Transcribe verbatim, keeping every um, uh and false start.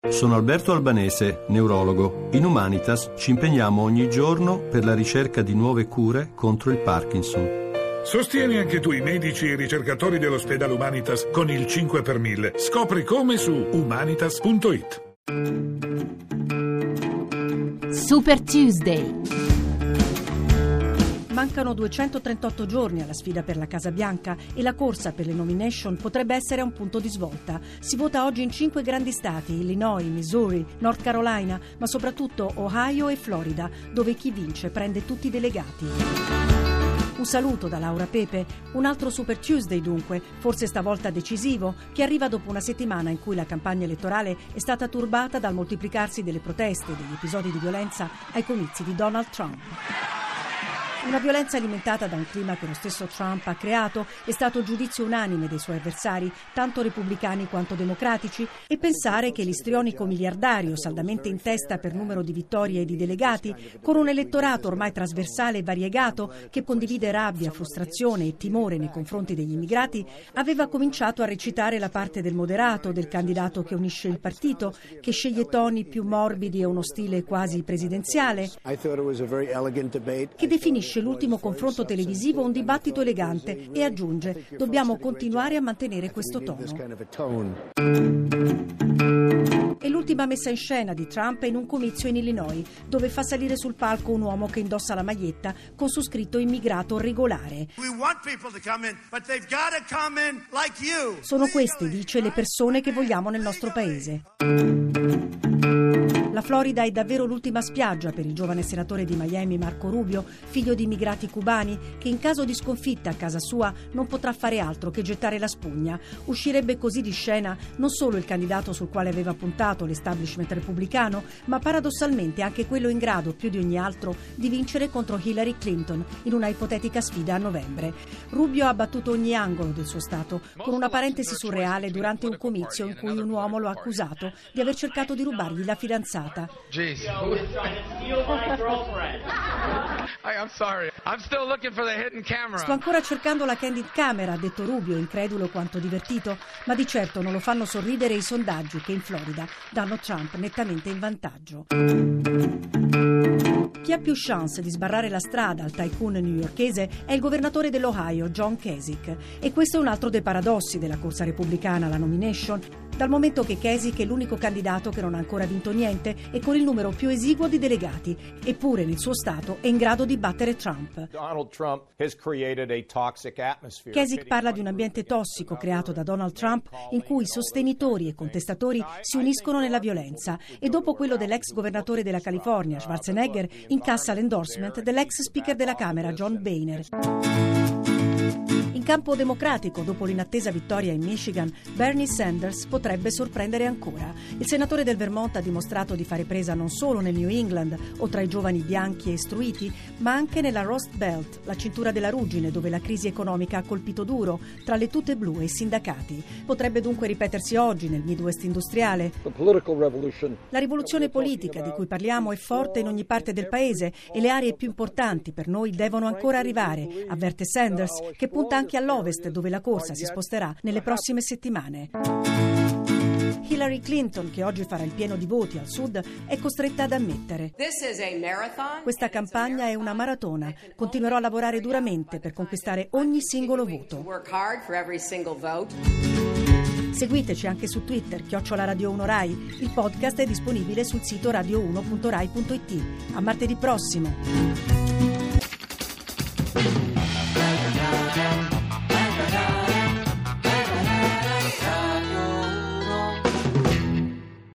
Sono Alberto Albanese, neurologo. In Humanitas ci impegniamo ogni giorno per la ricerca di nuove cure contro il Parkinson. Sostieni anche tu i medici e i ricercatori dell'ospedale Humanitas con il cinque per mille. Scopri come su humanitas punto it. Super Tuesday. Mancano duecentotrentotto giorni alla sfida per la Casa Bianca e la corsa per le nomination potrebbe essere a un punto di svolta. Si vota oggi in cinque grandi stati: Illinois, Missouri, North Carolina, ma soprattutto Ohio e Florida, dove chi vince prende tutti i delegati. Un saluto da Laura Pepe, un altro Super Tuesday dunque, forse stavolta decisivo, che arriva dopo una settimana in cui la campagna elettorale è stata turbata dal moltiplicarsi delle proteste e degli episodi di violenza ai comizi di Donald Trump. Una violenza alimentata da un clima che lo stesso Trump ha creato. È stato il giudizio unanime dei suoi avversari, tanto repubblicani quanto democratici, e pensare che l'istrionico miliardario, saldamente in testa per numero di vittorie e di delegati, con un elettorato ormai trasversale e variegato che condivide rabbia, frustrazione e timore nei confronti degli immigrati, aveva cominciato a recitare la parte del moderato, del candidato che unisce il partito, che sceglie toni più morbidi e uno stile quasi presidenziale, che definisce l'ultimo confronto televisivo un dibattito elegante e aggiunge: dobbiamo continuare a mantenere questo tono. E l'ultima messa in scena di Trump è in un comizio in Illinois, dove fa salire sul palco un uomo che indossa la maglietta con su scritto immigrato regolare. Sono queste, dice, le persone che vogliamo nel nostro paese. La Florida è davvero l'ultima spiaggia per il giovane senatore di Miami Marco Rubio, figlio di immigrati cubani, che in caso di sconfitta a casa sua non potrà fare altro che gettare la spugna. Uscirebbe così di scena non solo il candidato sul quale aveva puntato l'establishment repubblicano, ma paradossalmente anche quello in grado, più di ogni altro, di vincere contro Hillary Clinton in una ipotetica sfida a novembre. Rubio ha battuto ogni angolo del suo stato, con una parentesi surreale durante un comizio in cui un uomo lo ha accusato di aver cercato di rubargli la fidanzata. Jeez. I'm sorry. I'm still looking for the hidden camera. Sto ancora cercando la candid camera, ha detto Rubio, incredulo quanto divertito, ma di certo non lo fanno sorridere i sondaggi che in Florida danno Trump nettamente in vantaggio. Chi ha più chance di sbarrare la strada al tycoon newyorkese è il governatore dell'Ohio, John Kasich. E questo è un altro dei paradossi della corsa repubblicana alla nomination, dal momento che Kasich è l'unico candidato che non ha ancora vinto niente e con il numero più esiguo di delegati, eppure nel suo stato è in grado di battere Trump. Kasich parla di un ambiente tossico creato da Donald Trump in cui sostenitori e contestatori si uniscono nella violenza, e dopo quello dell'ex governatore della California, Schwarzenegger, incassa l'endorsement dell'ex speaker della Camera, John Boehner. In campo democratico, dopo l'inattesa vittoria in Michigan, Bernie Sanders potrebbe sorprendere ancora. Il senatore del Vermont ha dimostrato di fare presa non solo nel New England o tra i giovani bianchi e istruiti, ma anche nella Rust Belt, la cintura della ruggine, dove la crisi economica ha colpito duro, tra le tute blu e i sindacati. Potrebbe dunque ripetersi oggi nel Midwest industriale. La rivoluzione politica di cui parliamo è forte in ogni parte del paese e le aree più importanti per noi devono ancora arrivare, avverte Sanders, che punta anche all'ovest, dove la corsa si sposterà nelle prossime settimane. Hillary Clinton, che oggi farà il pieno di voti al sud, è costretta ad ammettere: questa campagna è una maratona. Continuerò a lavorare duramente per conquistare ogni singolo voto. Seguiteci anche su Twitter, chiocciola Radio uno Rai. Il podcast è disponibile sul sito radio uno punto rai punto it. A martedì prossimo.